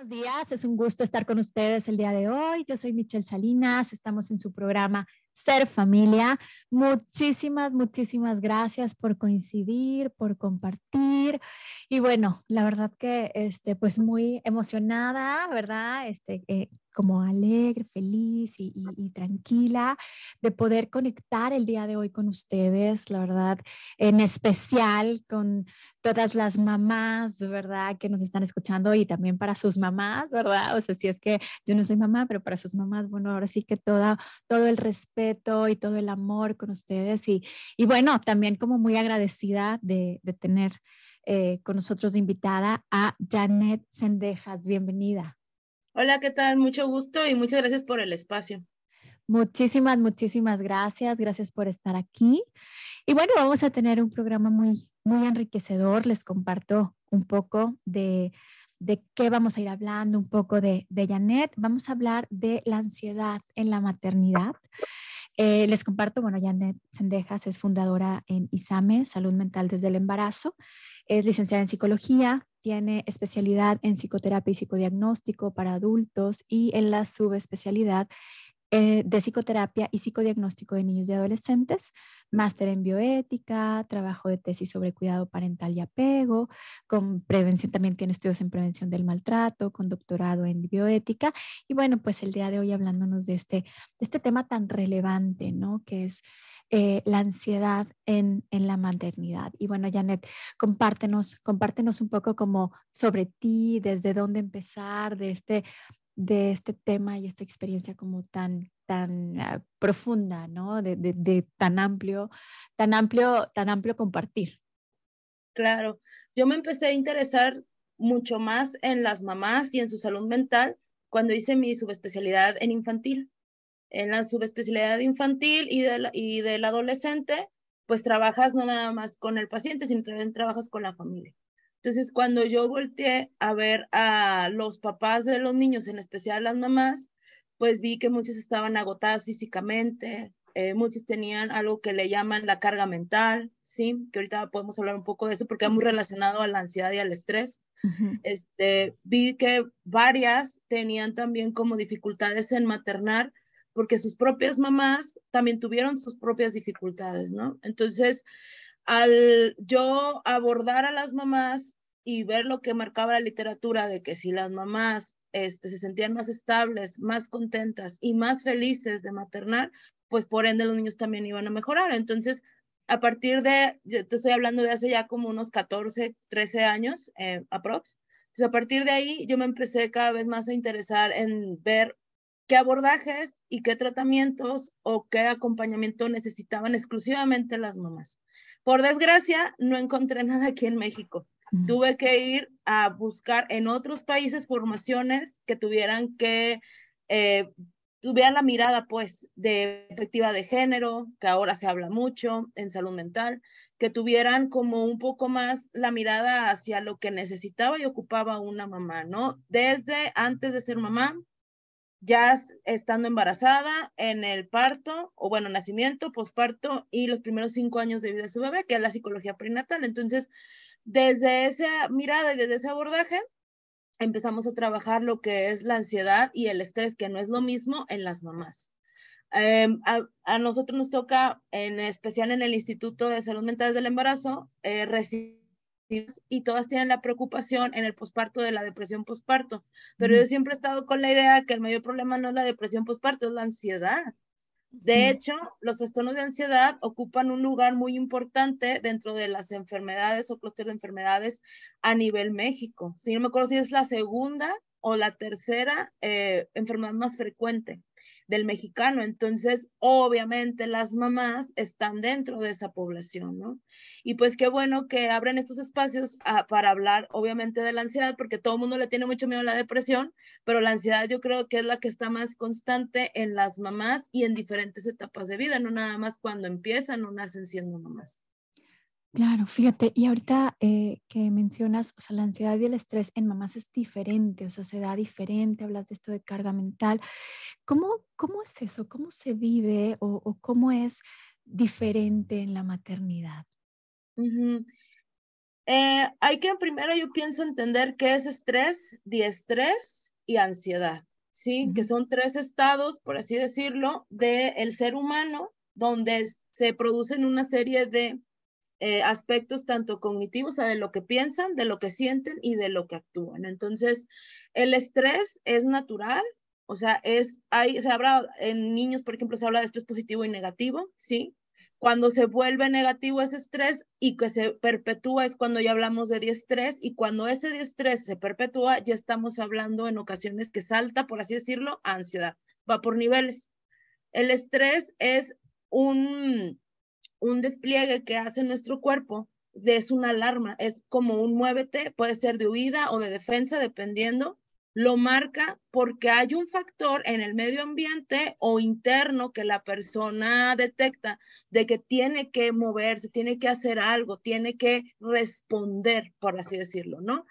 Buenos días, es un gusto estar con ustedes el día de hoy. Yo soy Michelle Salinas, estamos en su programa Ser Familia. Muchísimas gracias por coincidir, por compartir. Y bueno, la verdad que pues muy emocionada, ¿verdad? Como alegre, feliz y tranquila de poder conectar el día de hoy con ustedes, la verdad, en especial con todas las mamás, ¿verdad? Que nos están escuchando y también para sus mamás, ¿verdad? O sea, si es que yo no soy mamá, pero para sus mamás, bueno, ahora sí que todo el respeto y todo el amor con ustedes y bueno, también como muy agradecida de tener con nosotros de invitada a Janet Sendejas. Bienvenida. Hola, ¿qué tal? Mucho gusto y muchas gracias por el espacio. Muchísimas gracias. Gracias por estar aquí. Y bueno, vamos a tener un programa muy enriquecedor. Les comparto un poco de qué vamos a ir hablando, un poco de Janet. Vamos a hablar de la ansiedad en la maternidad. Les comparto, bueno, Janet Sendejas es fundadora en ISAME, Salud Mental desde el Embarazo. Es licenciada en psicología, tiene especialidad en psicoterapia y psicodiagnóstico para adultos y en la subespecialidad de psicoterapia y psicodiagnóstico de niños y adolescentes, máster en bioética, trabajo de tesis sobre cuidado parental y apego, con prevención, también tiene estudios en prevención del maltrato, con doctorado en bioética. Y bueno, pues el día de hoy hablándonos de este tema tan relevante, ¿no? Que es la ansiedad en la maternidad. Y bueno, Janet, compártenos un poco como sobre ti, desde dónde empezar, de este tema y esta experiencia como tan profunda, ¿no? De tan amplio compartir. Claro, yo me empecé a interesar mucho más en las mamás y en su salud mental cuando hice mi subespecialidad en infantil. En la subespecialidad infantil y del adolescente, pues trabajas no nada más con el paciente, sino también trabajas con la familia. Entonces, cuando yo volteé a ver a los papás de los niños, en especial las mamás, pues vi que muchas estaban agotadas físicamente, muchas tenían algo que le llaman la carga mental, ¿sí? Que ahorita podemos hablar un poco de eso porque es muy relacionado a la ansiedad y al estrés. Ujú. Vi que varias tenían también como dificultades en maternar porque sus propias mamás también tuvieron sus propias dificultades, ¿no? Entonces, al yo abordar a las mamás y ver lo que marcaba la literatura de que si las mamás se sentían más estables, más contentas y más felices de maternar, pues por ende los niños también iban a mejorar. Entonces, a partir de, yo te estoy hablando de hace ya como unos 14, 13 años, aprox. Entonces, a partir de ahí, yo me empecé cada vez más a interesar en ver qué abordajes y qué tratamientos o qué acompañamiento necesitaban exclusivamente las mamás. Por desgracia, no encontré nada aquí en México. Ujú. Tuve que ir a buscar en otros países formaciones que eh, tuvieran la mirada, pues, de perspectiva de género, que ahora se habla mucho en salud mental, que tuvieran como un poco más la mirada hacia lo que necesitaba y ocupaba una mamá, ¿no? Desde antes de ser mamá, ya estando embarazada, en el parto, o bueno, nacimiento, posparto y los primeros 5 años de vida de su bebé, que es la psicología prenatal. Entonces, desde esa mirada y desde ese abordaje, empezamos a trabajar lo que es la ansiedad y el estrés, que no es lo mismo en las mamás. A nosotros nos toca, en especial en el Instituto de Salud Mental del Embarazo, recibir y todas tienen la preocupación en el posparto de la depresión posparto. Pero yo siempre he estado con la idea que el mayor problema no es la depresión posparto, es la ansiedad. De Ujú. hecho, los trastornos de ansiedad ocupan un lugar muy importante dentro de las enfermedades o clúster de enfermedades a nivel México. Si no me acuerdo si es la segunda o la tercera enfermedad más frecuente del mexicano. Entonces, obviamente las mamás están dentro de esa población, ¿no? Y pues qué bueno que abren estos espacios para hablar, obviamente, de la ansiedad, porque todo el mundo le tiene mucho miedo a la depresión, pero la ansiedad yo creo que es la que está más constante en las mamás y en diferentes etapas de vida, no nada más cuando empiezan o nacen siendo mamás. Claro, fíjate, y ahorita que mencionas, o sea, la ansiedad y el estrés en mamás es diferente, o sea, se da diferente, hablas de esto de carga mental. ¿Cómo es eso? ¿Cómo se vive o cómo es diferente en la maternidad? Ujú. Hay que primero yo pienso entender qué es estrés, diestrés y ansiedad, ¿sí? Que son tres estados, por así decirlo, del ser humano, donde se producen una serie de aspectos tanto cognitivos, o sea, de lo que piensan, de lo que sienten y de lo que actúan. Entonces, el estrés es natural, o sea, se habla en niños, por ejemplo, se habla de estrés positivo y negativo, ¿sí? Cuando se vuelve negativo ese estrés y que se perpetúa es cuando ya hablamos de diestrés, y cuando ese diestrés se perpetúa ya estamos hablando en ocasiones que salta, por así decirlo, a ansiedad. Va por niveles. El estrés es un despliegue que hace nuestro cuerpo, es una alarma, es como un muévete, puede ser de huida o de defensa, dependiendo. Lo marca porque hay un factor en el medio ambiente o interno que la persona detecta de que tiene que moverse, tiene que hacer algo, tiene que responder, por así decirlo, ¿no?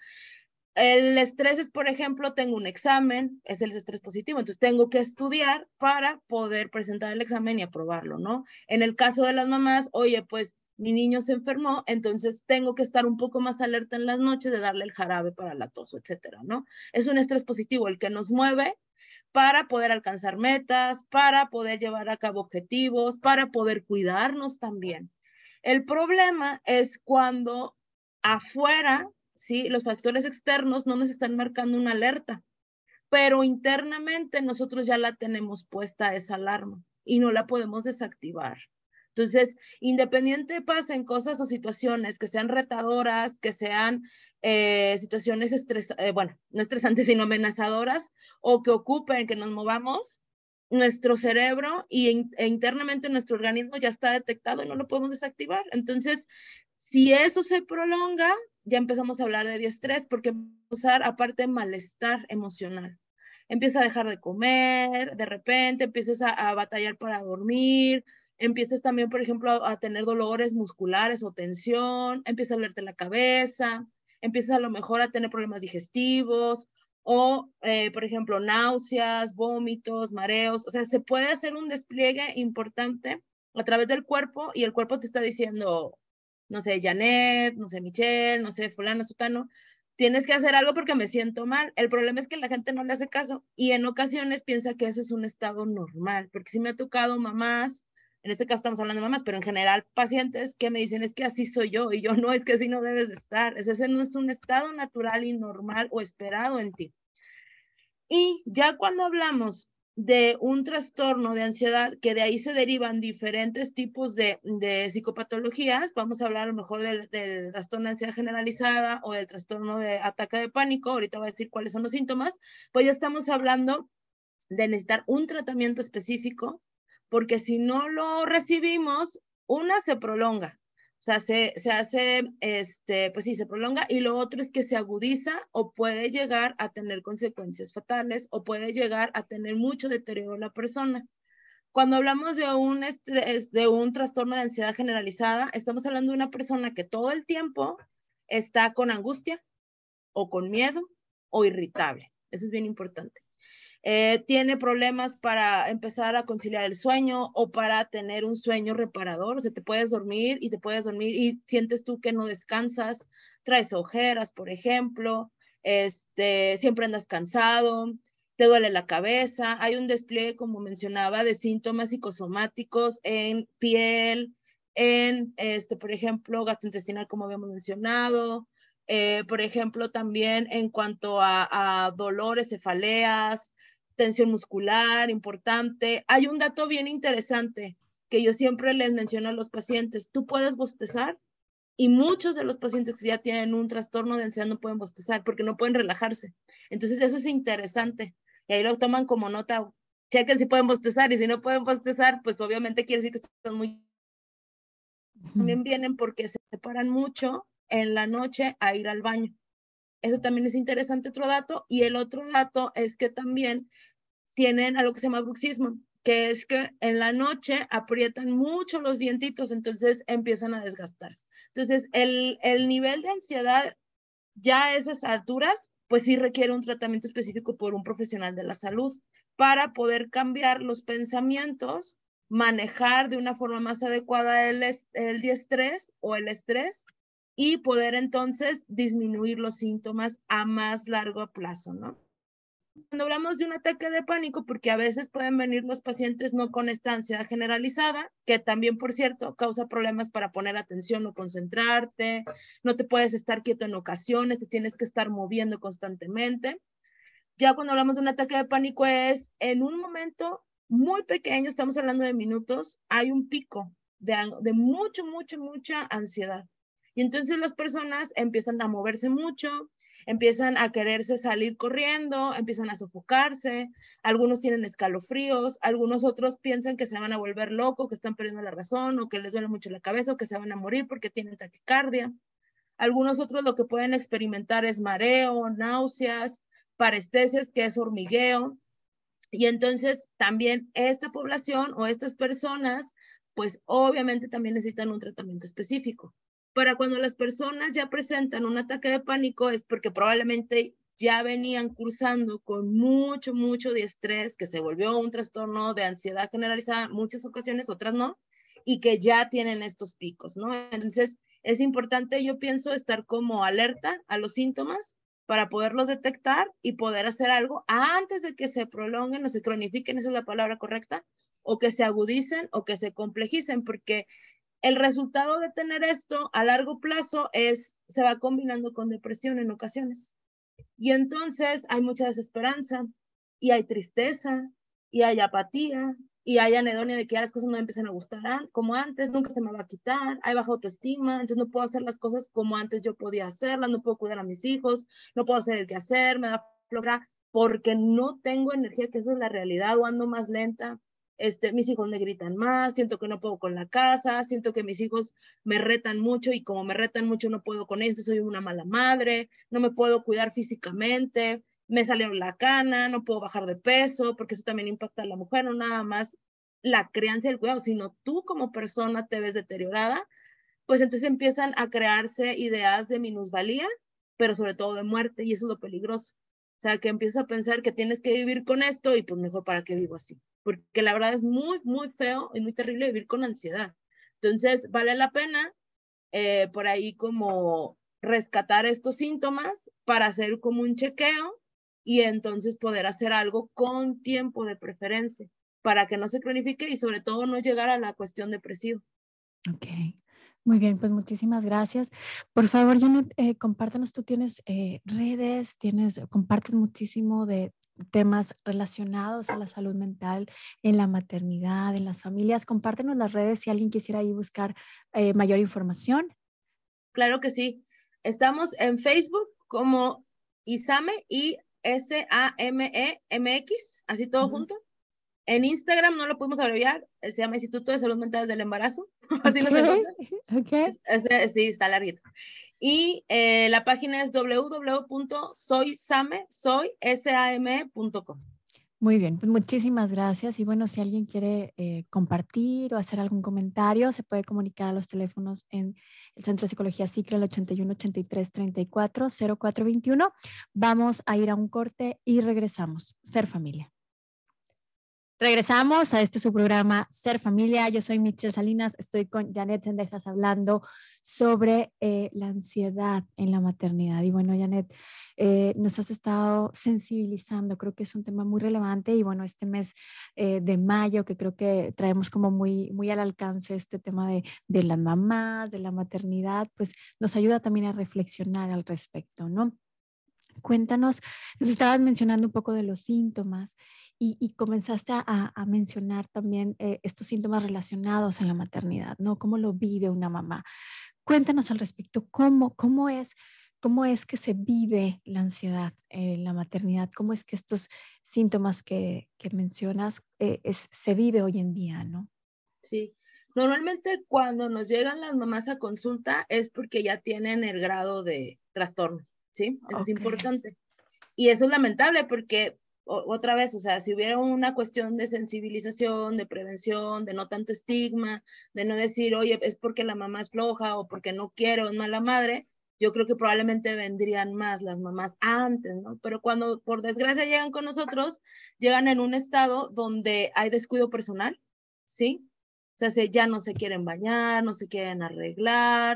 El estrés es, por ejemplo, tengo un examen, es el estrés positivo, entonces tengo que estudiar para poder presentar el examen y aprobarlo, ¿no? En el caso de las mamás, oye, pues mi niño se enfermó, entonces tengo que estar un poco más alerta en las noches de darle el jarabe para la tos, etcétera, ¿no? Es un estrés positivo el que nos mueve para poder alcanzar metas, para poder llevar a cabo objetivos, para poder cuidarnos también. El problema es cuando afuera, ¿sí? Los factores externos no nos están marcando una alerta, pero internamente nosotros ya la tenemos puesta esa alarma y no la podemos desactivar. Entonces, independiente pasen cosas o situaciones que sean retadoras, que sean situaciones bueno, no estresantes, sino amenazadoras, o que ocupen que nos movamos, nuestro cerebro e internamente nuestro organismo ya está detectado y no lo podemos desactivar. Entonces, si eso se prolonga, ya empezamos a hablar de diestrés, porque usar aparte malestar emocional. Empieza a dejar de comer, de repente empiezas a batallar para dormir, empiezas también, por ejemplo, a tener dolores musculares o tensión, empieza a dolerte la cabeza, empiezas a lo mejor a tener problemas digestivos o, por ejemplo, náuseas, vómitos, mareos. O sea, se puede hacer un despliegue importante a través del cuerpo y el cuerpo te está diciendo, no sé, Janet, no sé, Michelle, no sé, fulano, sutano, tienes que hacer algo porque me siento mal. El problema es que la gente no le hace caso y en ocasiones piensa que eso es un estado normal, porque sí me ha tocado mamás, en este caso estamos hablando de mamás, pero en general pacientes que me dicen es que así soy yo y yo no, es que así no debes de estar. Ese no es un estado natural y normal o esperado en ti. Y ya cuando hablamos de un trastorno de ansiedad, que de ahí se derivan diferentes tipos de psicopatologías, vamos a hablar a lo mejor del trastorno de ansiedad generalizada o del trastorno de ataque de pánico, ahorita voy a decir cuáles son los síntomas, pues ya estamos hablando de necesitar un tratamiento específico, porque si no lo recibimos, una se prolonga, o sea, se hace, pues sí, se prolonga, y lo otro es que se agudiza o puede llegar a tener consecuencias fatales o puede llegar a tener mucho deterioro la persona. Cuando hablamos de un estrés, de un trastorno de ansiedad generalizada, estamos hablando de una persona que todo el tiempo está con angustia o con miedo o irritable. Eso es bien importante. Tiene problemas para empezar a conciliar el sueño o para tener un sueño reparador. O sea, te puedes dormir y sientes tú que no descansas, traes ojeras, por ejemplo, siempre andas cansado, te duele la cabeza. Hay un despliegue, como mencionaba, de síntomas psicosomáticos en piel, por ejemplo, gastrointestinal, como habíamos mencionado. Por ejemplo, también en cuanto a dolores, cefaleas, tensión muscular, importante. Hay un dato bien interesante que yo siempre les menciono a los pacientes. Tú puedes bostezar y muchos de los pacientes que ya tienen un trastorno de ansiedad no pueden bostezar porque no pueden relajarse. Entonces eso es interesante. Y ahí lo toman como nota. Chequen si pueden bostezar y si no pueden bostezar, pues obviamente quiere decir que están muy... También vienen porque se separan mucho en la noche a ir al baño. Eso también es interesante, otro dato. Y el otro dato es que también tienen algo que se llama bruxismo, que es que en la noche aprietan mucho los dientitos, entonces empiezan a desgastarse. Entonces, el nivel de ansiedad ya a esas alturas, pues sí requiere un tratamiento específico por un profesional de la salud para poder cambiar los pensamientos, manejar de una forma más adecuada el diestrés o el estrés y poder entonces disminuir los síntomas a más largo plazo, ¿no? Cuando hablamos de un ataque de pánico, porque a veces pueden venir los pacientes no con esta ansiedad generalizada, que también, por cierto, causa problemas para poner atención o concentrarte, no te puedes estar quieto en ocasiones, te tienes que estar moviendo constantemente. Ya cuando hablamos de un ataque de pánico es en un momento muy pequeño, estamos hablando de minutos, hay un pico de mucha ansiedad. Y entonces las personas empiezan a moverse mucho, empiezan a quererse salir corriendo, empiezan a sofocarse, algunos tienen escalofríos, algunos otros piensan que se van a volver locos, que están perdiendo la razón, o que les duele mucho la cabeza, o que se van a morir porque tienen taquicardia. Algunos otros lo que pueden experimentar es mareo, náuseas, parestesias, que es hormigueo. Y entonces también esta población o estas personas, pues obviamente también necesitan un tratamiento específico. Para cuando las personas ya presentan un ataque de pánico es porque probablemente ya venían cursando con mucho de estrés, que se volvió un trastorno de ansiedad generalizada, muchas ocasiones, otras no, y que ya tienen estos picos, ¿no? Entonces, es importante, yo pienso, estar como alerta a los síntomas para poderlos detectar y poder hacer algo antes de que se prolonguen o se cronifiquen, esa es la palabra correcta, o que se agudicen o que se complejicen, porque el resultado de tener esto a largo plazo se va combinando con depresión en ocasiones. Y entonces hay mucha desesperanza, y hay tristeza, y hay apatía, y hay anedonia de que ya las cosas no me empiezan a gustar como antes, nunca se me va a quitar, hay baja autoestima, entonces no puedo hacer las cosas como antes yo podía hacerlas, no puedo cuidar a mis hijos, no puedo hacer el quehacer, me da flojera porque no tengo energía, que esa es la realidad, o ando más lenta. Mis hijos me gritan más, siento que no puedo con la casa, siento que mis hijos me retan mucho y como me retan mucho no puedo con ellos, soy una mala madre, no me puedo cuidar físicamente, me salieron la cana, no puedo bajar de peso, porque eso también impacta a la mujer, no nada más la crianza y el cuidado, sino tú como persona te ves deteriorada, pues entonces empiezan a crearse ideas de minusvalía, pero sobre todo de muerte, y eso es lo peligroso. O sea, que empiezas a pensar que tienes que vivir con esto y pues mejor para qué vivo así. Porque la verdad es muy feo y muy terrible vivir con ansiedad. Entonces, vale la pena por ahí como rescatar estos síntomas para hacer como un chequeo y entonces poder hacer algo con tiempo de preferencia para que no se cronifique y sobre todo no llegar a la cuestión depresiva. Ok, muy bien, pues muchísimas gracias. Por favor, Janet, compártanos, tú tienes redes, compartes muchísimo de temas relacionados a la salud mental en la maternidad, en las familias. Compártenos las redes si alguien quisiera ahí buscar mayor información. Claro que sí. Estamos en Facebook como ISAME, ISAMEMX, así todo Ujú. junto. En Instagram no lo podemos abreviar, se llama Instituto de Salud Mental del Embarazo, así Ok, nos encuentran. ok. Sí, está larguito. Y la página es www.soysame.com. Muy bien, pues muchísimas gracias. Y bueno, si alguien quiere compartir o hacer algún comentario, se puede comunicar a los teléfonos en el Centro de Psicología Cicla, el 81 83 34 04 21. Vamos a ir a un corte y regresamos. Ser familia. Regresamos a su programa Ser Familia. Yo soy Michelle Salinas, estoy con Janet Sendejas hablando sobre la ansiedad en la maternidad. Y bueno, Janet, nos has estado sensibilizando, creo que es un tema muy relevante y bueno, este mes de mayo que creo que traemos como muy al alcance este tema de las mamás, de la maternidad, pues nos ayuda también a reflexionar al respecto, ¿no? Cuéntanos, nos estabas mencionando un poco de los síntomas y comenzaste a mencionar también estos síntomas relacionados a la maternidad, ¿no? ¿Cómo lo vive una mamá? Cuéntanos al respecto, cómo es que se vive la ansiedad en la maternidad? ¿Cómo es que estos síntomas que mencionas se vive hoy en día, ¿no? Sí. Normalmente cuando nos llegan las mamás a consulta es porque ya tienen el grado de trastorno, ¿sí? Eso es Ok, importante. Y eso es lamentable porque, otra vez, o sea, si hubiera una cuestión de sensibilización, de prevención, de no tanto estigma, de no decir, oye, es porque la mamá es floja o porque no quiere o es mala madre, yo creo que probablemente vendrían más las mamás antes, ¿no? Pero cuando por desgracia llegan con nosotros, llegan en un estado donde hay descuido personal, ¿sí? O sea, ya no se quieren bañar, no se quieren arreglar,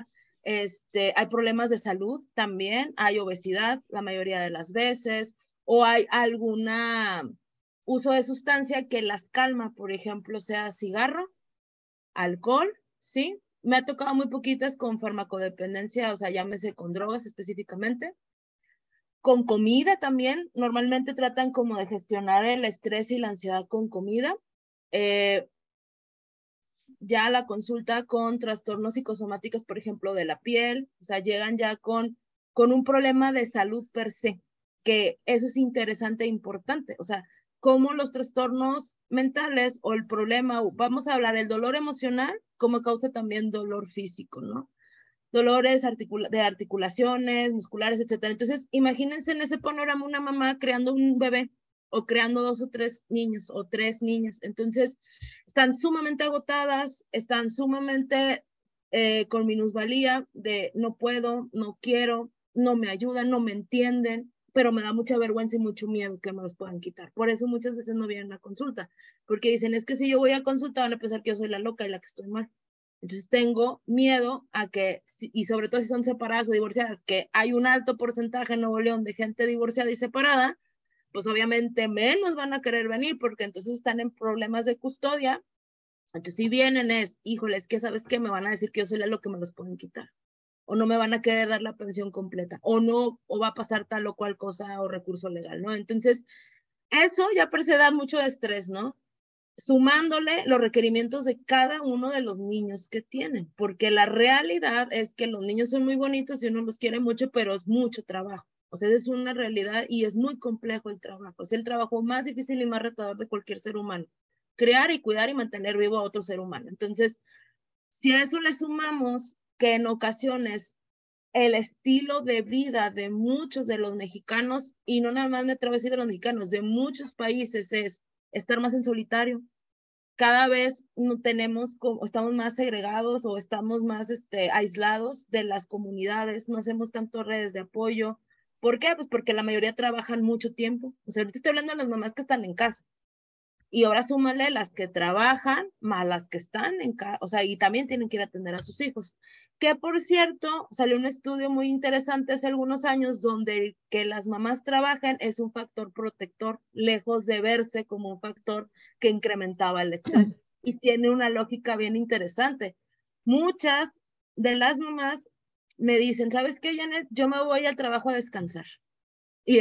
hay problemas de salud también, hay obesidad la mayoría de las veces, o hay alguna uso de sustancia que las calma, por ejemplo, sea cigarro, alcohol, ¿sí? Me ha tocado muy poquitas con farmacodependencia, o sea, llámese con drogas específicamente. Con comida también, normalmente tratan como de gestionar el estrés y la ansiedad con comida. Ya la consulta con trastornos psicosomáticos, por ejemplo, de la piel, o sea, llegan ya con un problema de salud per se, que eso es interesante e importante, o sea, cómo los trastornos mentales o el problema, vamos a hablar, el dolor emocional, cómo causa también dolor físico, ¿no? Dolores de articulaciones, musculares, etcétera. Entonces, imagínense en ese panorama una mamá creando un bebé o creando 2 o 3 niños o 3 niñas. Entonces, están sumamente agotadas, están sumamente con minusvalía de no puedo, no quiero, no me ayudan, no me entienden, pero me da mucha vergüenza y mucho miedo que me los puedan quitar. Por eso muchas veces no vienen a consulta, porque dicen, es que si yo voy a consulta van a pensar que yo soy la loca y la que estoy mal. Entonces tengo miedo a que, y sobre todo si son separadas o divorciadas, que hay un alto porcentaje en Nuevo León de gente divorciada y separada, pues obviamente menos van a querer venir porque entonces están en problemas de custodia. Entonces si vienen es, híjole, es que sabes qué, me van a decir que yo soy la lo que me los pueden quitar. O no me van a querer dar la pensión completa. O no, o va a pasar tal o cual cosa o recurso legal, ¿no? Entonces, eso ya parece dar mucho de estrés, ¿no? Sumándole los requerimientos de cada uno de los niños que tienen, porque la realidad es que los niños son muy bonitos y uno los quiere mucho, pero es mucho trabajo. O sea, es una realidad y es muy complejo el trabajo. Es el trabajo más difícil y más retador de cualquier ser humano. Crear y cuidar y mantener vivo a otro ser humano. Entonces, si a eso le sumamos que en ocasiones el estilo de vida de muchos de los mexicanos, y no nada más me atrevo a decir de los mexicanos, de muchos países es estar más en solitario. Cada vez no tenemos, estamos más segregados o estamos más aislados de las comunidades, no hacemos tanto redes de apoyo. ¿Por qué? Pues porque la mayoría trabajan mucho tiempo. O sea, ahorita estoy hablando de las mamás que están en casa. Y ahora súmale las que trabajan más las que están en casa, o sea, y también tienen que ir a atender a sus hijos. Que por cierto, salió un estudio muy interesante hace algunos años donde que las mamás trabajan es un factor protector, lejos de verse como un factor que incrementaba el estrés. Y tiene una lógica bien interesante. Muchas de las mamás me dicen, ¿sabes qué, Janet? Yo me voy al trabajo a descansar. Y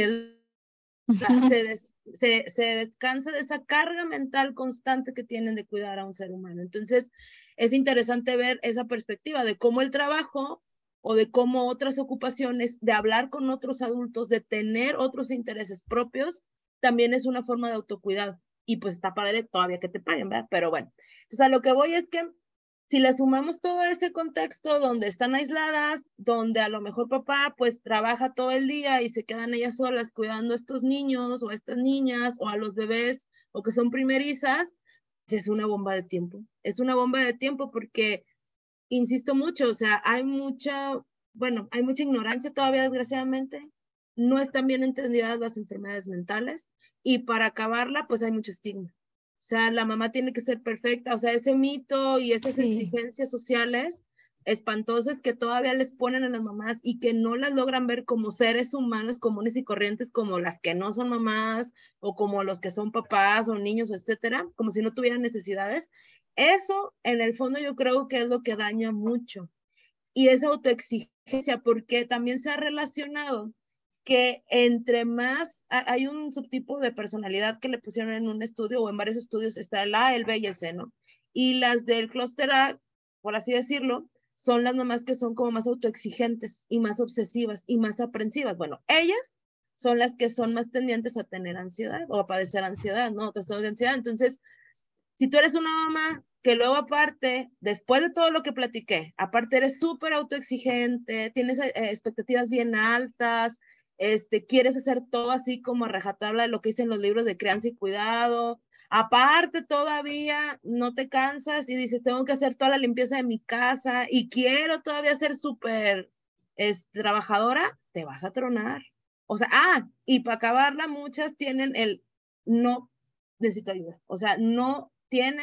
se descansa de esa carga mental constante que tienen de cuidar a un ser humano. Entonces, es interesante ver esa perspectiva de cómo el trabajo o de cómo otras ocupaciones, de hablar con otros adultos, de tener otros intereses propios, también es una forma de autocuidado. Y pues está padre todavía que te paguen, ¿verdad? Pero bueno, entonces a lo que voy es que si le sumamos todo ese contexto donde están aisladas, donde a lo mejor papá pues trabaja todo el día y se quedan ellas solas cuidando a estos niños o a estas niñas o a los bebés o que son primerizas, es una bomba de tiempo. Es una bomba de tiempo porque, insisto mucho, o sea, hay mucha ignorancia todavía, desgraciadamente. No están bien entendidas las enfermedades mentales y para acabarla pues hay mucho estigma. O sea, la mamá tiene que ser perfecta, o sea, ese mito y esas exigencias sociales espantosas que todavía les ponen a las mamás y que no las logran ver como seres humanos comunes y corrientes como las que no son mamás o como los que son papás o niños, etcétera, como si no tuvieran necesidades. Eso, en el fondo, yo creo que es lo que daña mucho. Y esa autoexigencia, porque también se ha relacionado que entre más, hay un subtipo de personalidad que le pusieron en un estudio o en varios estudios, está el A, el B y el C, ¿no? Y las del clúster A, por así decirlo, son las mamás que son como más autoexigentes y más obsesivas y más aprensivas. Bueno, ellas son las que son más tendientes a tener ansiedad o a padecer ansiedad, ¿no? Trastornos de ansiedad. Entonces, si tú eres una mamá que luego aparte, después de todo lo que platiqué, aparte eres súper autoexigente, tienes expectativas bien altas, quieres hacer todo así como a rajatabla de lo que dicen los libros de crianza y cuidado, aparte todavía no te cansas y dices, tengo que hacer toda la limpieza de mi casa y quiero todavía ser súper trabajadora, te vas a tronar. O sea, y para acabarla, muchas tienen el no necesito ayuda. O sea, no tienen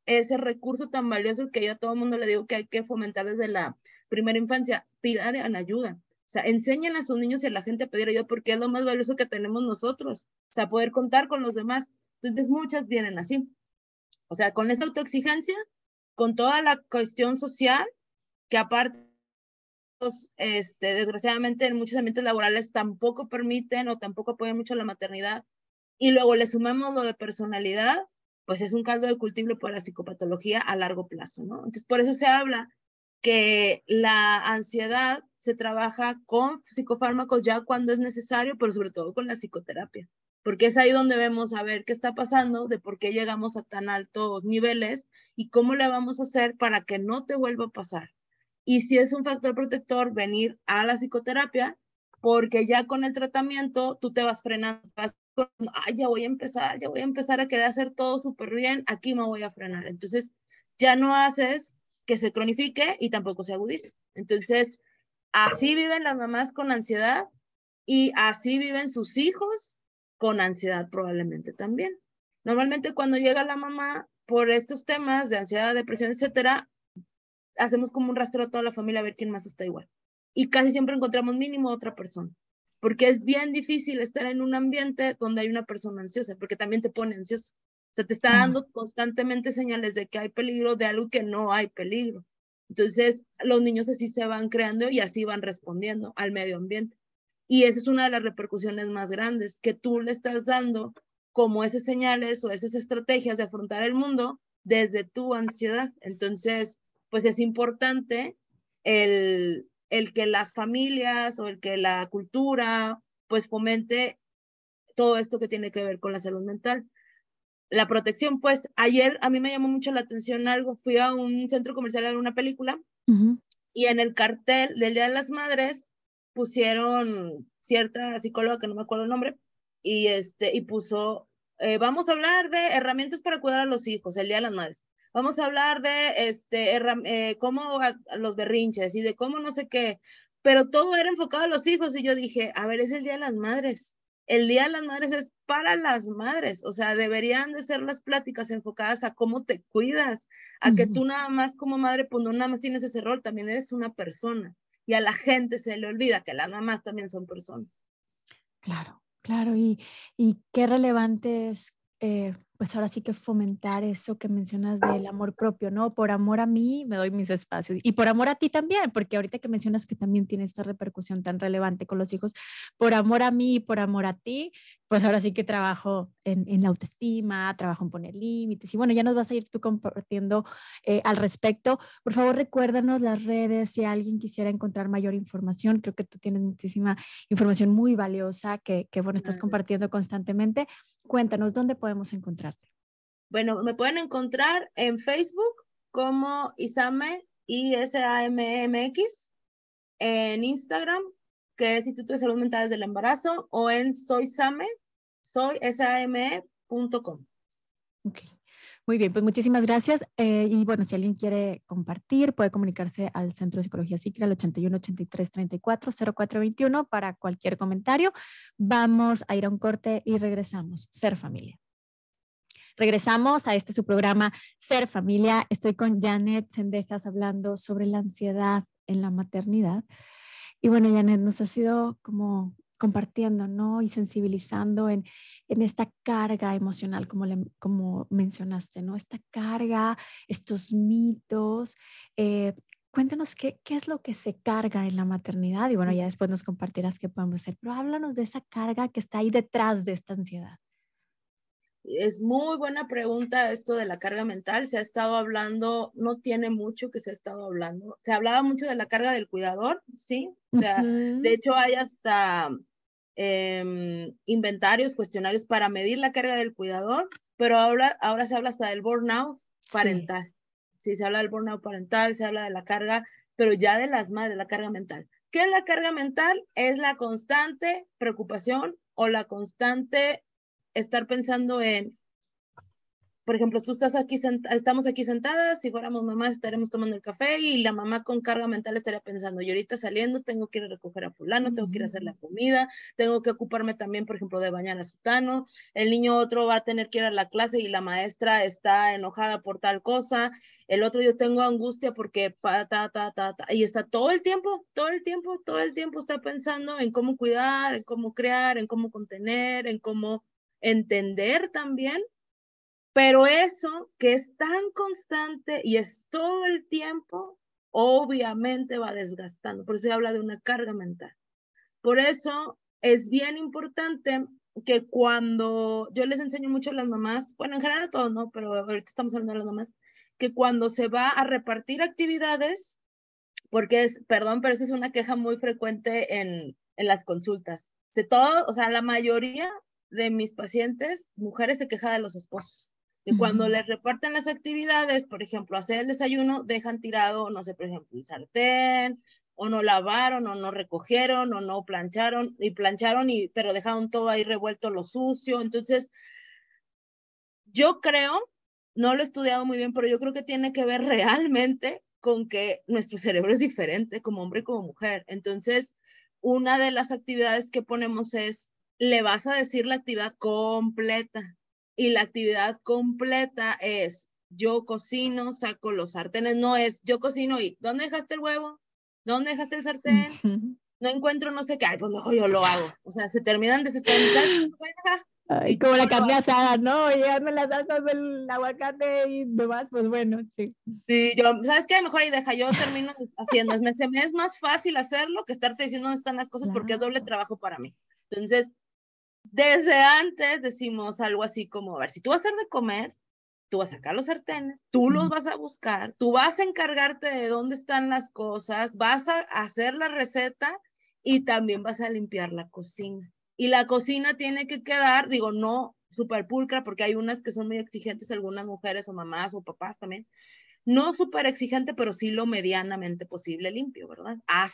ese recurso tan valioso que yo a todo el mundo le digo que hay que fomentar desde la primera infancia. Pidan ayuda. O sea, enseñen a sus niños y a la gente a pedir ayuda porque es lo más valioso que tenemos nosotros. O sea, poder contar con los demás. Entonces, muchas vienen así. O sea, con esa autoexigencia, con toda la cuestión social, que aparte, desgraciadamente en muchos ambientes laborales tampoco permiten o tampoco apoyan mucho la maternidad, y luego le sumamos lo de personalidad, pues es un caldo de cultivo para la psicopatología a largo plazo, ¿no? Entonces, por eso se habla que la ansiedad se trabaja con psicofármacos ya cuando es necesario, pero sobre todo con la psicoterapia, porque es ahí donde vemos a ver qué está pasando, de por qué llegamos a tan altos niveles y cómo le vamos a hacer para que no te vuelva a pasar. Y si es un factor protector, venir a la psicoterapia, porque ya con el tratamiento tú te vas frenando, ay, ya voy a empezar a querer hacer todo súper bien, aquí me voy a frenar. Entonces, ya no haces que se cronifique y tampoco se agudice. Entonces, así viven las mamás con ansiedad y así viven sus hijos con ansiedad probablemente también. Normalmente cuando llega la mamá por estos temas de ansiedad, depresión, etcétera, hacemos como un rastreo a toda la familia a ver quién más está igual. Y casi siempre encontramos mínimo otra persona, porque es bien difícil estar en un ambiente donde hay una persona ansiosa, porque también te pone ansioso. O sea, te está dando constantemente señales de que hay peligro, de algo que no hay peligro. Entonces, los niños así se van creando y así van respondiendo al medio ambiente. Y esa es una de las repercusiones más grandes, que tú le estás dando como esas señales o esas estrategias de afrontar el mundo desde tu ansiedad. Entonces, pues es importante el que las familias o el que la cultura pues fomente todo esto que tiene que ver con la salud mental. La protección, pues ayer a mí me llamó mucho la atención algo, fui a un centro comercial a ver una película y en el cartel del Día de las Madres pusieron cierta psicóloga que no me acuerdo el nombre y puso, vamos a hablar de herramientas para cuidar a los hijos, el Día de las Madres. Vamos a hablar de cómo a los berrinches y de cómo no sé qué, pero todo era enfocado a los hijos y yo dije, a ver, es el Día de las Madres. El Día de las Madres es para las madres, o sea, deberían de ser las pláticas enfocadas a cómo te cuidas, a que tú nada más como madre, pues no nada más tienes ese rol, también eres una persona. Y a la gente se le olvida que las mamás también son personas. Claro, claro. Y qué relevante es, pues ahora sí que fomentar eso que mencionas del amor propio, ¿no? Por amor a mí me doy mis espacios y por amor a ti también, porque ahorita que mencionas que también tiene esta repercusión tan relevante con los hijos, por amor a mí y por amor a ti, pues ahora sí que trabajo en la autoestima, trabajo en poner límites y bueno, ya nos vas a ir tú compartiendo al respecto. Por favor, recuérdanos las redes si alguien quisiera encontrar mayor información. Creo que tú tienes muchísima información muy valiosa que bueno, estás compartiendo constantemente. Cuéntanos, ¿dónde podemos encontrarte? Bueno, me pueden encontrar en Facebook como Isame, ISAMMX, en Instagram, que es Instituto de Salud Mental desde el Embarazo, o en Soy Same, soysame.com. Ok. Muy bien, pues muchísimas gracias. Y bueno, si alguien quiere compartir, puede comunicarse al Centro de Psicología Psiquiatra al 81 83 34 0421 para cualquier comentario. Vamos a ir a un corte y regresamos. Ser familia. Regresamos a este su programa Ser Familia. Estoy con Janet Sendejas hablando sobre la ansiedad en la maternidad. Y bueno, Janet, nos ha sido como compartiendo, ¿no? Y sensibilizando en esta carga emocional, como mencionaste, ¿no? Esta carga, estos mitos. Cuéntanos qué es lo que se carga en la maternidad y bueno, ya después nos compartirás qué podemos hacer, pero háblanos de esa carga que está ahí detrás de esta ansiedad. Es muy buena pregunta esto de la carga mental. Se ha estado hablando, no tiene mucho que se ha estado hablando. Se hablaba mucho de la carga del cuidador, ¿sí? O sea, de hecho hay hasta inventarios, cuestionarios para medir la carga del cuidador, pero ahora se habla hasta del burnout Sí. parental. Sí, se habla del burnout parental, se habla de la carga, pero ya de las madres, la carga mental. ¿Qué es la carga mental? Es la constante preocupación o la constante estar pensando en por ejemplo, tú estás aquí, estamos aquí sentadas, si fuéramos mamás estaremos tomando el café y la mamá con carga mental estaría pensando, yo ahorita saliendo tengo que ir a recoger a fulano, tengo que ir a hacer la comida, tengo que ocuparme también, por ejemplo, de bañar a sutano, el niño otro va a tener que ir a la clase y la maestra está enojada por tal cosa, el otro yo tengo angustia porque y está todo el tiempo está pensando en cómo cuidar, en cómo crear, en cómo contener, en cómo entender también. Pero eso que es tan constante y es todo el tiempo, obviamente va desgastando. Por eso se habla de una carga mental. Por eso es bien importante que cuando yo les enseño mucho a las mamás, bueno, en general a todos, ¿no? Pero ahorita estamos hablando de las mamás, que cuando se va a repartir actividades, porque es, perdón, pero esa es una queja muy frecuente en las consultas. O sea, la mayoría de mis pacientes, mujeres, se queja de los esposos. Que cuando les reparten las actividades, por ejemplo, hacer el desayuno, dejan tirado, no sé, por ejemplo, el sartén, o no lavaron, o no recogieron, o no plancharon, pero dejaron todo ahí revuelto lo sucio. Entonces, yo creo, no lo he estudiado muy bien, pero yo creo que tiene que ver realmente con que nuestro cerebro es diferente como hombre y como mujer. Entonces, una de las actividades que ponemos es, le vas a decir la actividad completa. Y la actividad completa es, yo cocino, saco los sartenes, no es, yo cocino y, ¿dónde dejaste el huevo? ¿Dónde dejaste el sartén? No encuentro no sé qué, ay, pues mejor yo lo hago. O sea, se terminan desesperando. ¿Sabes qué? Ay, como la carne asada, ¿no? Llegarme las salsas del aguacate y demás, pues bueno, sí. Sí, yo, ¿sabes qué? Mejor ahí deja, yo termino haciendo. Se me es más fácil hacerlo que estarte diciendo dónde están las cosas porque es doble trabajo para mí. Entonces, desde antes decimos algo así como, a ver, si tú vas a hacer de comer, tú vas a sacar los sartenes, tú los vas a buscar, tú vas a encargarte de dónde están las cosas, vas a hacer la receta y también vas a limpiar la cocina. Y la cocina tiene que quedar, digo, no súper pulcra, porque hay unas que son muy exigentes, algunas mujeres o mamás o papás también, no súper exigente, pero sí lo medianamente posible limpio, ¿verdad?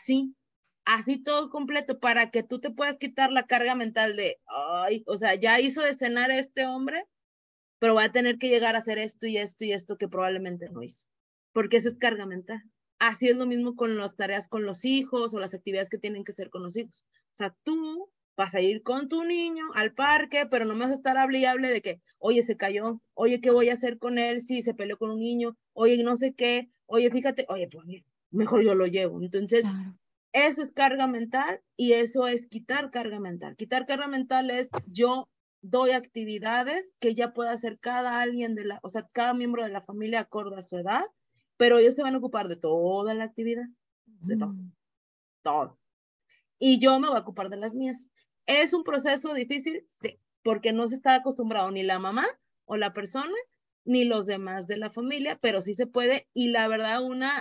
Así todo completo, para que tú te puedas quitar la carga mental de, ay, o sea, ya hizo de cenar este hombre, pero va a tener que llegar a hacer esto y esto y esto que probablemente no hizo, porque esa es carga mental. Así es lo mismo con las tareas con los hijos o las actividades que tienen que hacer con los hijos. O sea, tú vas a ir con tu niño al parque, pero no me vas a estar hable y hable de que, oye, se cayó, oye, ¿qué voy a hacer con él si se peleó con un niño? Oye, no sé qué, oye, fíjate, oye, pues mejor yo lo llevo. Entonces, Claro. eso es carga mental y eso es quitar carga mental. Quitar carga mental es yo doy actividades que ya pueda hacer cada alguien o sea, cada miembro de la familia acorde a su edad, pero ellos se van a ocupar de toda la actividad, de todo. Y yo me voy a ocupar de las mías. ¿Es un proceso difícil? Sí, porque no se está acostumbrado ni la mamá o la persona, ni los demás de la familia, pero sí se puede. Y la verdad,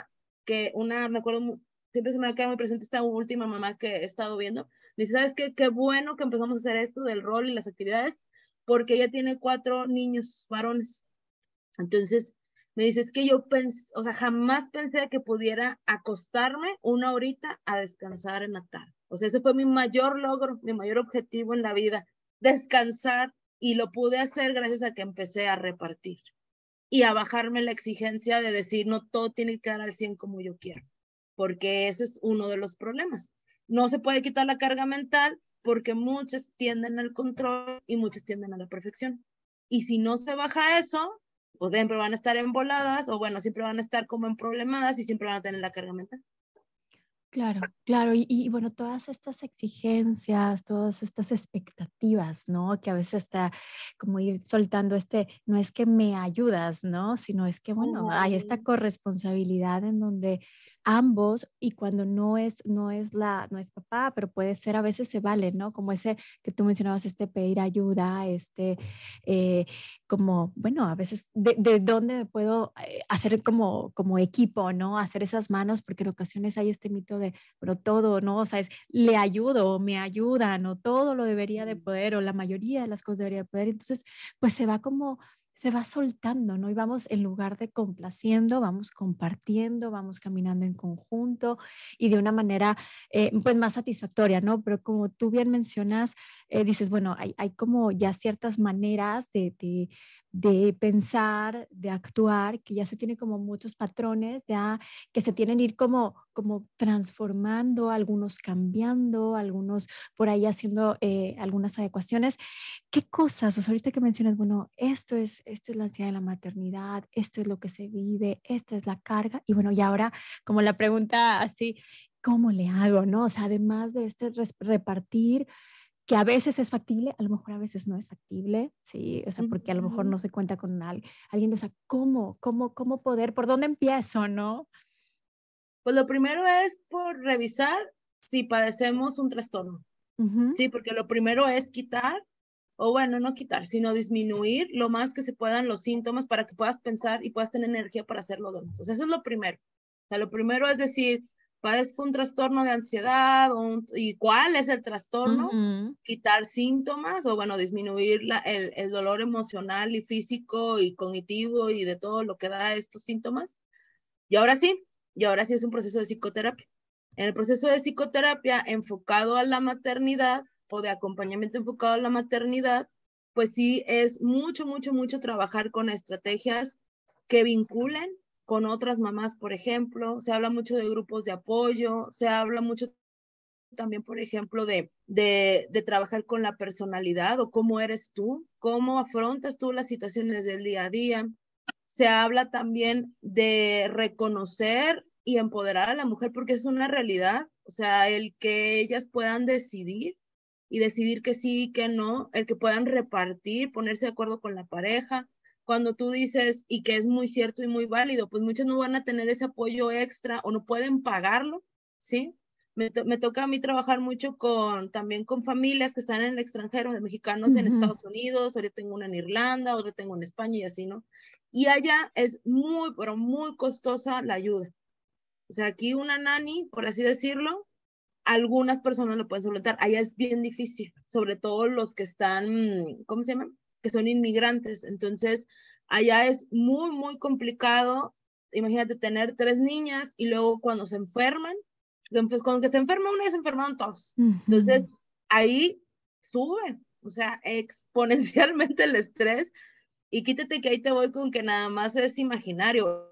me acuerdo, siempre se me va a quedar muy presente esta última mamá que he estado viendo. Dice, ¿sabes qué? Qué bueno que empezamos a hacer esto del rol y las actividades, porque ella tiene 4 niños varones. Entonces, me dice, es que yo pensé, o sea, jamás pensé que pudiera acostarme una horita a descansar en la tarde. O sea, ese fue mi mayor logro, mi mayor objetivo en la vida, descansar, y lo pude hacer gracias a que empecé a repartir y a bajarme la exigencia de decir, no todo tiene que quedar al 100 como yo quiero, porque ese es uno de los problemas. No se puede quitar la carga mental porque muchas tienden al control y muchas tienden a la perfección. Y si no se baja eso, pues siempre van a estar emboladas, o bueno, siempre van a estar como en problemadas y siempre van a tener la carga mental. Claro, claro. Y bueno, todas estas exigencias, todas estas expectativas, ¿no? Que a veces está como ir soltando no es que me ayudas, ¿no? Sino es que, bueno, hay esta corresponsabilidad en donde ambos, y cuando no es papá, pero puede ser, a veces se vale, ¿no? Como ese que tú mencionabas, pedir ayuda, como, bueno, a veces, de dónde me puedo hacer como equipo, ¿no? Hacer esas manos, porque en ocasiones hay este mito pero todo, ¿no? O sea, le ayudo, me ayudan, o todo lo debería de poder, o la mayoría de las cosas debería de poder. Entonces, pues se va como se va soltando, ¿no? Y vamos, en lugar de complaciendo, vamos compartiendo, vamos caminando en conjunto y de una manera pues más satisfactoria, ¿no? Pero como tú bien mencionas, dices, bueno, hay como ya ciertas maneras de pensar, de actuar, que ya se tiene como muchos patrones, ya que se tienen que ir como transformando, algunos cambiando, algunos por ahí haciendo algunas adecuaciones. ¿Qué cosas? O sea, ahorita que mencionas, bueno, esto es la ansiedad de la maternidad, esto es lo que se vive, esta es la carga. Y bueno, y ahora, como la pregunta así, ¿cómo le hago? ¿No? O sea, además de este repartir, que a veces es factible, a lo mejor a veces no es factible, sí, o sea, porque a lo mejor Ujú. no se cuenta con alguien, o sea, ¿cómo poder, por dónde empiezo, no? Pues lo primero es por revisar si padecemos un trastorno, Ujú, ¿sí? Porque lo primero es quitar, o bueno, no quitar, sino disminuir lo más que se puedan los síntomas para que puedas pensar y puedas tener energía para hacer lo demás. O sea, eso es lo primero. O sea, lo primero es decir, padezco un trastorno de ansiedad y cuál es el trastorno, ujú. quitar síntomas o bueno, disminuir el dolor emocional y físico y cognitivo y de todo lo que da estos síntomas. Y ahora sí, y ahora sí es un proceso de psicoterapia. En el proceso de psicoterapia enfocado a la maternidad o de acompañamiento enfocado a la maternidad, pues sí es mucho, mucho, mucho trabajar con estrategias que vinculen con otras mamás, por ejemplo. Se habla mucho de grupos de apoyo, se habla mucho también, por ejemplo, de trabajar con la personalidad o cómo eres tú, cómo afrontas tú las situaciones del día a día. Se habla también de reconocer y empoderar a la mujer porque es una realidad, o sea, el que ellas puedan decidir y decidir que sí y que no, el que puedan repartir, ponerse de acuerdo con la pareja. Cuando tú dices, y que es muy cierto y muy válido, pues muchas no van a tener ese apoyo extra o no pueden pagarlo, ¿sí? Me toca a mí trabajar mucho también con familias que están en el extranjero, de mexicanos en Ujú. Estados Unidos, ahorita tengo una en Irlanda, otra tengo en España y así, ¿no? Y allá es muy, pero muy costosa la ayuda. O sea, aquí una nani, por así decirlo, algunas personas lo pueden solventar. Allá es bien difícil, sobre todo los que están, ¿cómo se llama? Que son inmigrantes. Entonces, allá es muy, muy complicado. Imagínate tener 3 niñas y luego cuando se enferman, pues cuando que se enferma una, se enfermaron todos. Ujú. Entonces, ahí sube, o sea, exponencialmente el estrés y quítate que ahí te voy con que nada más es imaginario.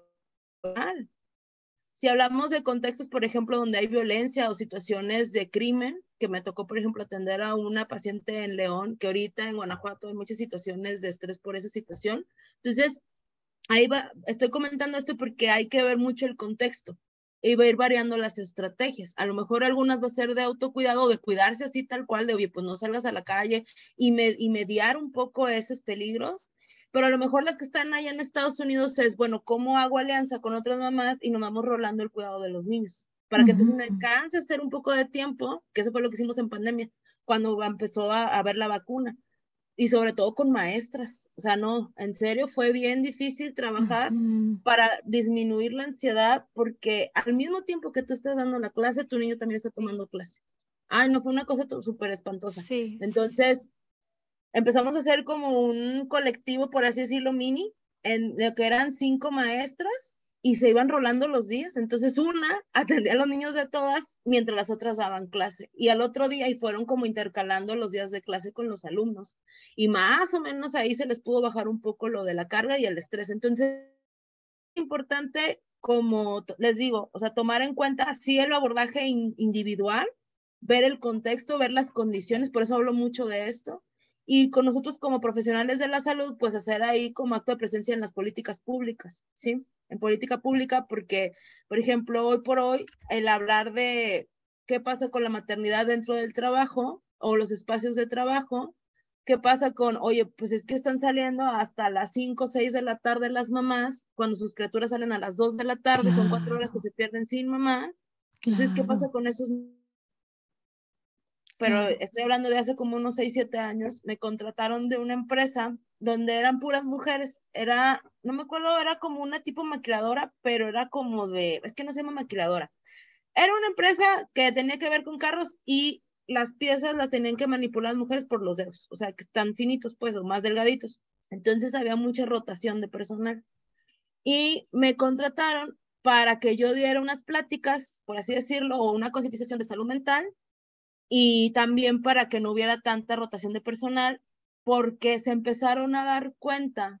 Si hablamos de contextos, por ejemplo, donde hay violencia o situaciones de crimen, que me tocó, por ejemplo, atender a una paciente en León, que ahorita en Guanajuato hay muchas situaciones de estrés por esa situación. Entonces, ahí va, estoy comentando esto porque hay que ver mucho el contexto y va a ir variando las estrategias. A lo mejor algunas va a ser de autocuidado o de cuidarse así tal cual, de oye, pues no salgas a la calle y mediar un poco esos peligros, pero a lo mejor las que están allá en Estados Unidos es, bueno, ¿cómo hago alianza con otras mamás y nos vamos rolando el cuidado de los niños? Para que entonces me Ujú. alcance a hacer un poco de tiempo, que eso fue lo que hicimos en pandemia, cuando empezó a haber la vacuna y sobre todo con maestras. O sea, no, en serio fue bien difícil trabajar Ujú. para disminuir la ansiedad porque al mismo tiempo que tú estás dando la clase, tu niño también está Sí, tomando clase. Ay, no, fue una cosa súper espantosa. sí, sí, sí. Entonces, empezamos a hacer como un colectivo, por así decirlo, mini, en lo que eran 5 maestras y se iban rolando los días. Entonces una atendía a los niños de todas mientras las otras daban clase. Y al otro día y fueron como intercalando los días de clase con los alumnos. Y más o menos ahí se les pudo bajar un poco lo de la carga y el estrés. Entonces, es importante, como les digo, o sea, tomar en cuenta sí el abordaje individual, ver el contexto, ver las condiciones, por eso hablo mucho de esto, y con nosotros como profesionales de la salud, pues hacer ahí como acto de presencia en las políticas públicas, ¿sí? En política pública, porque, por ejemplo, hoy por hoy, el hablar de qué pasa con la maternidad dentro del trabajo o los espacios de trabajo, qué pasa con, oye, pues es que están saliendo hasta las 5 o 6 de la tarde las mamás, cuando sus criaturas salen a las 2 de la tarde, son 4 horas que Claro, se pierden sin mamá. Entonces, ¿qué pasa claro, con esos? Pero claro. estoy hablando de hace como unos 6 7 años, me contrataron de una empresa donde eran puras mujeres, era, no me acuerdo, era como una tipo maquiladora, pero era como de, es que no se llama maquiladora, era una empresa que tenía que ver con carros y las piezas las tenían que manipular las mujeres por los dedos, o sea, que están finitos pues, o más delgaditos. Entonces había mucha rotación de personal. Y me contrataron para que yo diera unas pláticas, por así decirlo, o una concientización de salud mental, y también para que no hubiera tanta rotación de personal, porque se empezaron a dar cuenta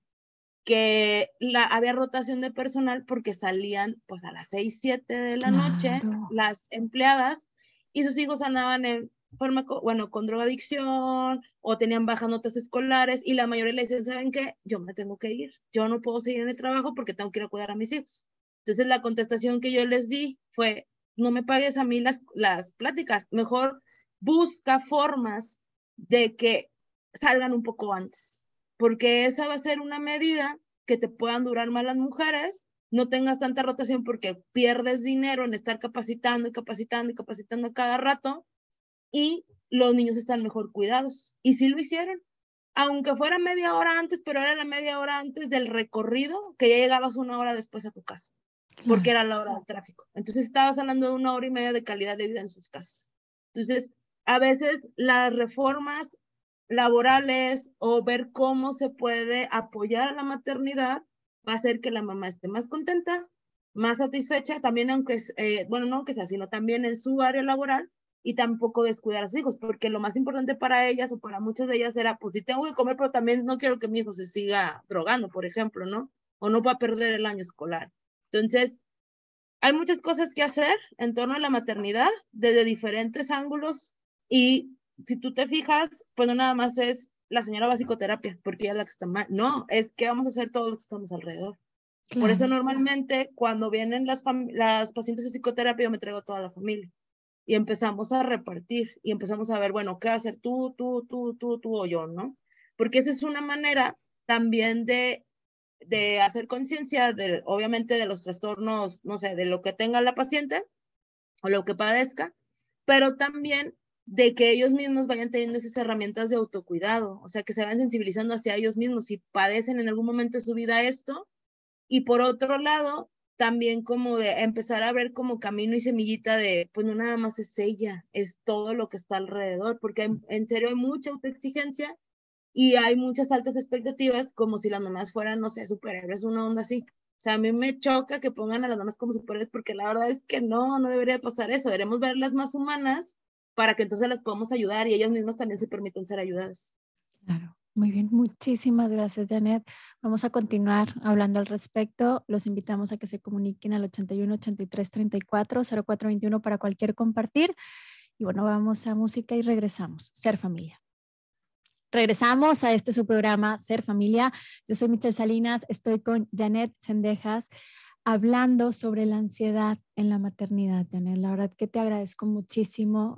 que había rotación de personal porque salían pues a las 6, 7 de la noche Claro. las empleadas y sus hijos andaban en bueno, con drogadicción o tenían bajas notas escolares y la mayoría le decían, ¿saben qué? Yo me tengo que ir, yo no puedo seguir en el trabajo porque tengo que ir a cuidar a mis hijos. Entonces la contestación que yo les di fue, no me pagues a mí las pláticas, mejor busca formas de que salgan un poco antes, porque esa va a ser una medida que te puedan durar más las mujeres, no tengas tanta rotación porque pierdes dinero en estar capacitando y capacitando y capacitando cada rato y los niños están mejor cuidados. Y sí lo hicieron, aunque fuera media hora antes, pero era la media hora antes del recorrido, que ya llegabas una hora después a tu casa, porque Claro. era la hora del tráfico. Entonces estabas hablando de 1 hora y media de calidad de vida en sus casas. Entonces, a veces las reformas laborales o ver cómo se puede apoyar a la maternidad va a hacer que la mamá esté más contenta, más satisfecha, también aunque es, bueno, no aunque sea, sino también en su área laboral y tampoco descuidar a sus hijos, porque lo más importante para ellas o para muchas de ellas era, pues sí tengo que comer, pero también no quiero que mi hijo se siga drogando, por ejemplo, ¿no? O no va a perder el año escolar. Entonces, hay muchas cosas que hacer en torno a la maternidad desde diferentes ángulos y si tú te fijas, pues no nada más es la señora va a psicoterapia porque ella es la que está mal. No, es que vamos a hacer todos los que estamos alrededor. Por eso Claro. normalmente cuando vienen las pacientes de psicoterapia yo me traigo toda la familia y empezamos a repartir y empezamos a ver, bueno, ¿qué hacer tú o yo, no? Porque esa es una manera también de hacer conciencia, obviamente, de los trastornos, no sé, de lo que tenga la paciente o lo que padezca, pero también de que ellos mismos vayan teniendo esas herramientas de autocuidado, o sea, que se vayan sensibilizando hacia ellos mismos si padecen en algún momento de su vida esto, y por otro lado, también como de empezar a ver como camino y semillita de, pues no nada más es ella, es todo lo que está alrededor, porque en serio hay mucha autoexigencia y hay muchas altas expectativas, como si las mamás fueran, no sé, superhéroes, una onda así. O sea, a mí me choca que pongan a las mamás como superhéroes, porque la verdad es que no debería pasar eso. Deberemos verlas más humanas para que entonces las podamos ayudar y ellas mismas también se permitan ser ayudadas. Claro. Muy bien, muchísimas gracias, Janet. Vamos a continuar hablando al respecto. Los invitamos a que se comuniquen al 81 83 34 0421 para cualquier compartir. Y bueno, vamos a música y regresamos. Ser familia. Regresamos a su programa Ser Familia. Yo soy Michelle Salinas, estoy con Janet Sendejas hablando sobre la ansiedad en la maternidad, Janet. La verdad que te agradezco muchísimo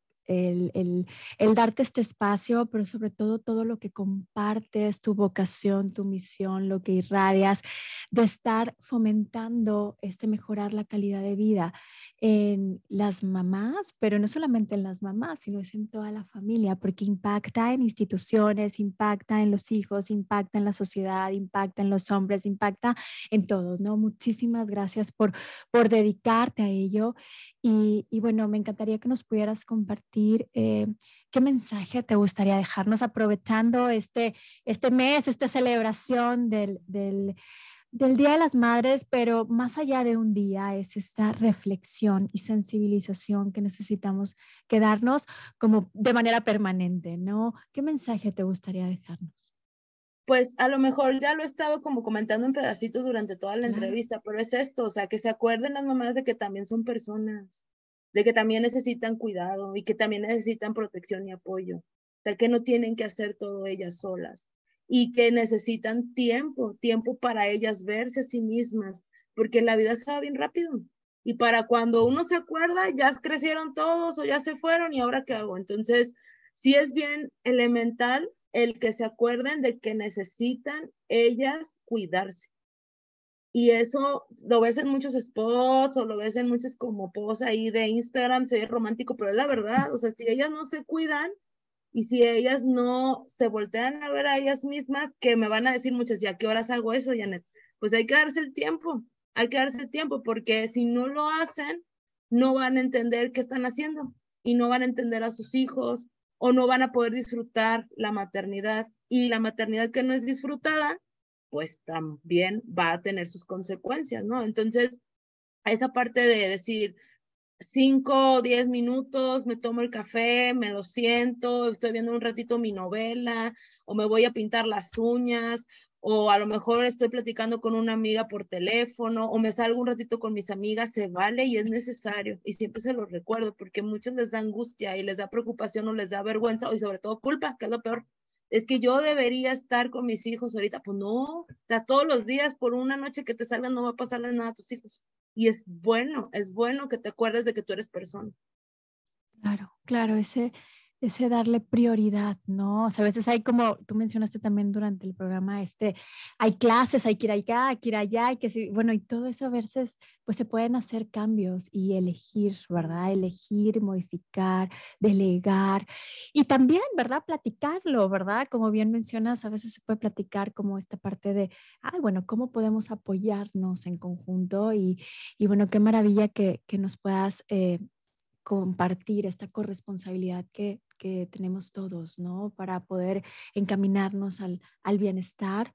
el darte este espacio, pero sobre todo lo que compartes, tu vocación, tu misión, lo que irradias, de estar fomentando mejorar la calidad de vida en las mamás, pero no solamente en las mamás, sino es en toda la familia, porque impacta en instituciones, impacta en los hijos, impacta en la sociedad, impacta en los hombres, impacta en todos, ¿no? Muchísimas gracias por dedicarte a ello. Y bueno, me encantaría que nos pudieras compartir qué mensaje te gustaría dejarnos aprovechando este mes, esta celebración del Día de las Madres, pero más allá de un día es esta reflexión y sensibilización que necesitamos quedarnos como de manera permanente, ¿no? ¿Qué mensaje te gustaría dejarnos? Pues a lo mejor ya lo he estado como comentando en pedacitos durante toda la Claro. entrevista, pero es esto, o sea, que se acuerden las mamás de que también son personas, de que también necesitan cuidado y que también necesitan protección y apoyo, o sea, que no tienen que hacer todo ellas solas y que necesitan tiempo para ellas verse a sí mismas, porque la vida se va bien rápido y para cuando uno se acuerda ya crecieron todos o ya se fueron y ahora qué hago. Entonces, sí es bien elemental el que se acuerden de que necesitan ellas cuidarse. Y eso lo ves en muchos spots o lo ves en muchos como posts ahí de Instagram, se ve romántico, pero es la verdad, o sea, si ellas no se cuidan y si ellas no se voltean a ver a ellas mismas, que me van a decir muchas, ¿y a qué horas hago eso, Janet? Pues hay que darse el tiempo, hay que darse el tiempo, porque si no lo hacen, no van a entender qué están haciendo y no van a entender a sus hijos o no van a poder disfrutar la maternidad y la maternidad que no es disfrutada, pues también va a tener sus consecuencias, ¿no? Entonces, esa parte de decir, 5 o 10 minutos, me tomo el café, me lo siento, estoy viendo un ratito mi novela, o me voy a pintar las uñas, o a lo mejor estoy platicando con una amiga por teléfono, o me salgo un ratito con mis amigas, se vale y es necesario. Y siempre se los recuerdo, porque a muchos les da angustia y les da preocupación o les da vergüenza, y sobre todo culpa, que es lo peor. Es que yo debería estar con mis hijos ahorita. Pues no, todos los días, por una noche que te salgan, no va a pasarle nada a tus hijos. Y es bueno que te acuerdes de que tú eres persona. Claro, claro, ese darle prioridad, ¿no? O sea, a veces hay como tú mencionaste también durante el programa, hay clases, hay que ir acá, hay que ir allá, hay que sí, bueno, y todo eso a veces, pues se pueden hacer cambios y elegir, ¿verdad? Elegir, modificar, delegar y también, ¿verdad? Platicarlo, ¿verdad? Como bien mencionas, a veces se puede platicar como esta parte de, bueno, ¿cómo podemos apoyarnos en conjunto? Y bueno, qué maravilla que nos puedas compartir esta corresponsabilidad que tenemos todos, ¿no? Para poder encaminarnos al bienestar.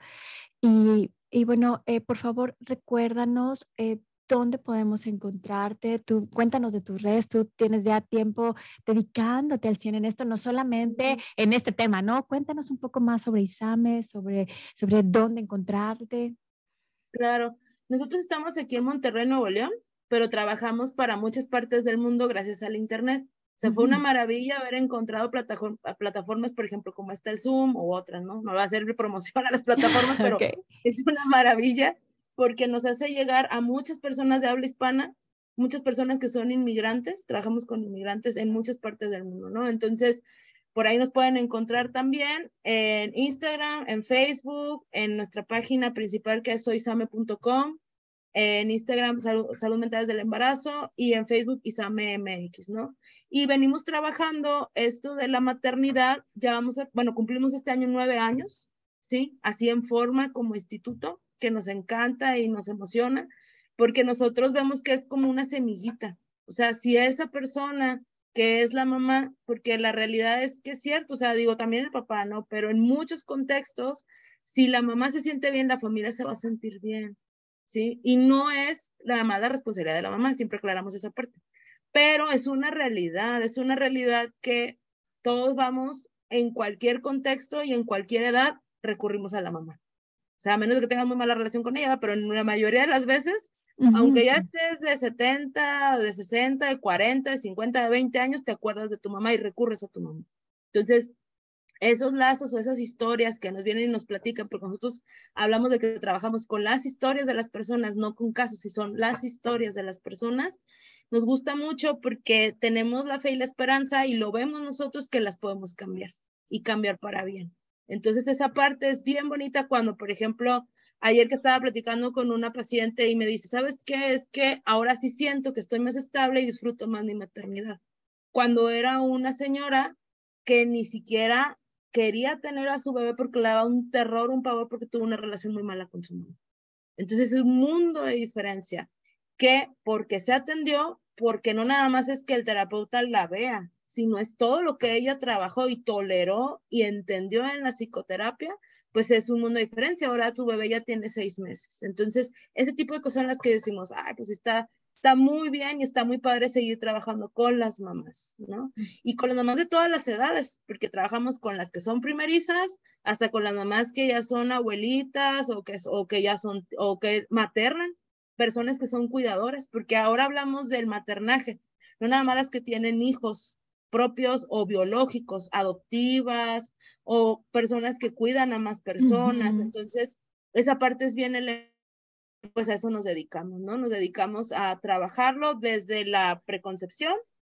Y bueno, por favor, recuérdanos dónde podemos encontrarte. Tú, cuéntanos de tus redes, tú tienes ya tiempo dedicándote al 100 en esto, no solamente en este tema, ¿no? Cuéntanos un poco más sobre ISAME, sobre dónde encontrarte. Claro, nosotros estamos aquí en Monterrey, Nuevo León, pero trabajamos para muchas partes del mundo gracias al Internet. O sea, fue una maravilla haber encontrado plataformas, por ejemplo, como está el Zoom u otras, ¿no? No va a hacer promoción a las plataformas, pero Ok. es una maravilla porque nos hace llegar a muchas personas de habla hispana, muchas personas que son inmigrantes, trabajamos con inmigrantes en muchas partes del mundo, ¿no? Entonces, por ahí nos pueden encontrar también en Instagram, en Facebook, en nuestra página principal que es soysame.com, en Instagram Salud Mental del Embarazo y en Facebook Isame MX, ¿no? Y venimos trabajando esto de la maternidad, ya cumplimos este año 9 años, ¿sí? Así en forma como instituto, que nos encanta y nos emociona, porque nosotros vemos que es como una semillita. O sea, si esa persona que es la mamá, porque la realidad es que es cierto, o sea, digo, también el papá, ¿no? Pero en muchos contextos, si la mamá se siente bien, la familia se va a sentir bien, ¿sí? Y no es la mala responsabilidad de la mamá, siempre aclaramos esa parte, pero es una realidad que todos vamos en cualquier contexto y en cualquier edad recurrimos a la mamá. O sea, a menos de que tengas muy mala relación con ella, pero en la mayoría de las veces, aunque ya estés de 70, de 60, de 40, de 50, de 20 años, te acuerdas de tu mamá y recurres a tu mamá. Entonces, esos lazos o esas historias que nos vienen y nos platican, porque nosotros hablamos de que trabajamos con las historias de las personas, no con casos, si son las historias de las personas, nos gusta mucho porque tenemos la fe y la esperanza y lo vemos nosotros que las podemos cambiar y cambiar para bien. Entonces esa parte es bien bonita cuando, por ejemplo, ayer que estaba platicando con una paciente y me dice, ¿sabes qué? Es que ahora sí siento que estoy más estable y disfruto más mi maternidad. Cuando era una señora que ni siquiera quería tener a su bebé porque le daba un terror, un pavor porque tuvo una relación muy mala con su mamá. Entonces es un mundo de diferencia que porque se atendió, porque no nada más es que el terapeuta la vea, sino es todo lo que ella trabajó y toleró y entendió en la psicoterapia, pues es un mundo de diferencia. Ahora tu bebé ya tiene 6 meses. Entonces, ese tipo de cosas en las que decimos, ay, pues está muy bien y está muy padre seguir trabajando con las mamás, ¿no? Y con las mamás de todas las edades, porque trabajamos con las que son primerizas, hasta con las mamás que ya son abuelitas o que ya son, o que maternan, personas que son cuidadoras, porque ahora hablamos del maternaje, no nada más las que tienen hijos propios o biológicos, adoptivas o personas que cuidan a más personas. Entonces, esa parte es bien pues a eso nos dedicamos, ¿no? Nos dedicamos a trabajarlo desde la preconcepción,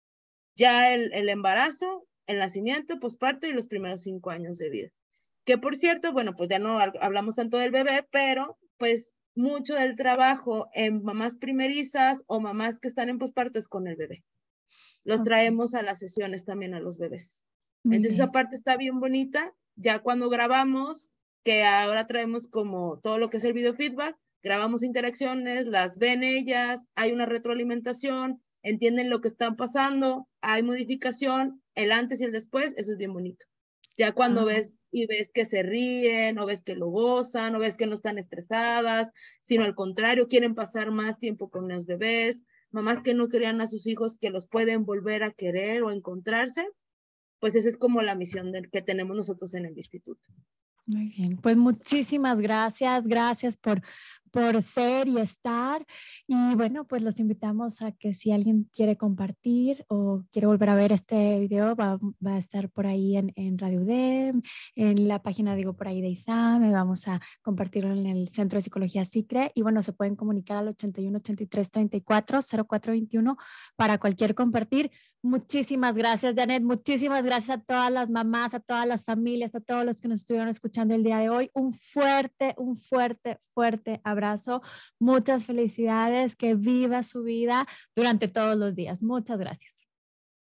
ya el embarazo, el nacimiento, posparto y los primeros 5 años de vida. Que por cierto, bueno, pues ya no hablamos tanto del bebé, pero pues mucho del trabajo en mamás primerizas o mamás que están en posparto es con el bebé. Los traemos a las sesiones también a los bebés. Muy Entonces esa bien. parte está bien bonita. Ya cuando grabamos, que ahora traemos como todo lo que es el video feedback, grabamos interacciones, las ven ellas, hay una retroalimentación, entienden lo que están pasando, hay modificación, el antes y el después, eso es bien bonito. Ya cuando ves que se ríen, o ves que lo gozan, o ves que no están estresadas, sino al contrario, quieren pasar más tiempo con los bebés, mamás que no querían a sus hijos que los pueden volver a querer o encontrarse, pues esa es como la misión que tenemos nosotros en el instituto. Muy bien, pues muchísimas gracias, gracias por ser y estar. Y bueno, pues los invitamos a que si alguien quiere compartir o quiere volver a ver este video, va a estar por ahí en Radio UDEM, en la página, digo, por ahí de ISAME, vamos a compartirlo en el Centro de Psicología SICRE y bueno, se pueden comunicar al 81 83 34 04 21 para cualquier compartir. Muchísimas gracias, Janet. Muchísimas gracias a todas las mamás, a todas las familias, a todos los que nos estuvieron escuchando el día de hoy. Un fuerte, fuerte abrazo. Muchas felicidades. Que viva su vida durante todos los días. Muchas gracias.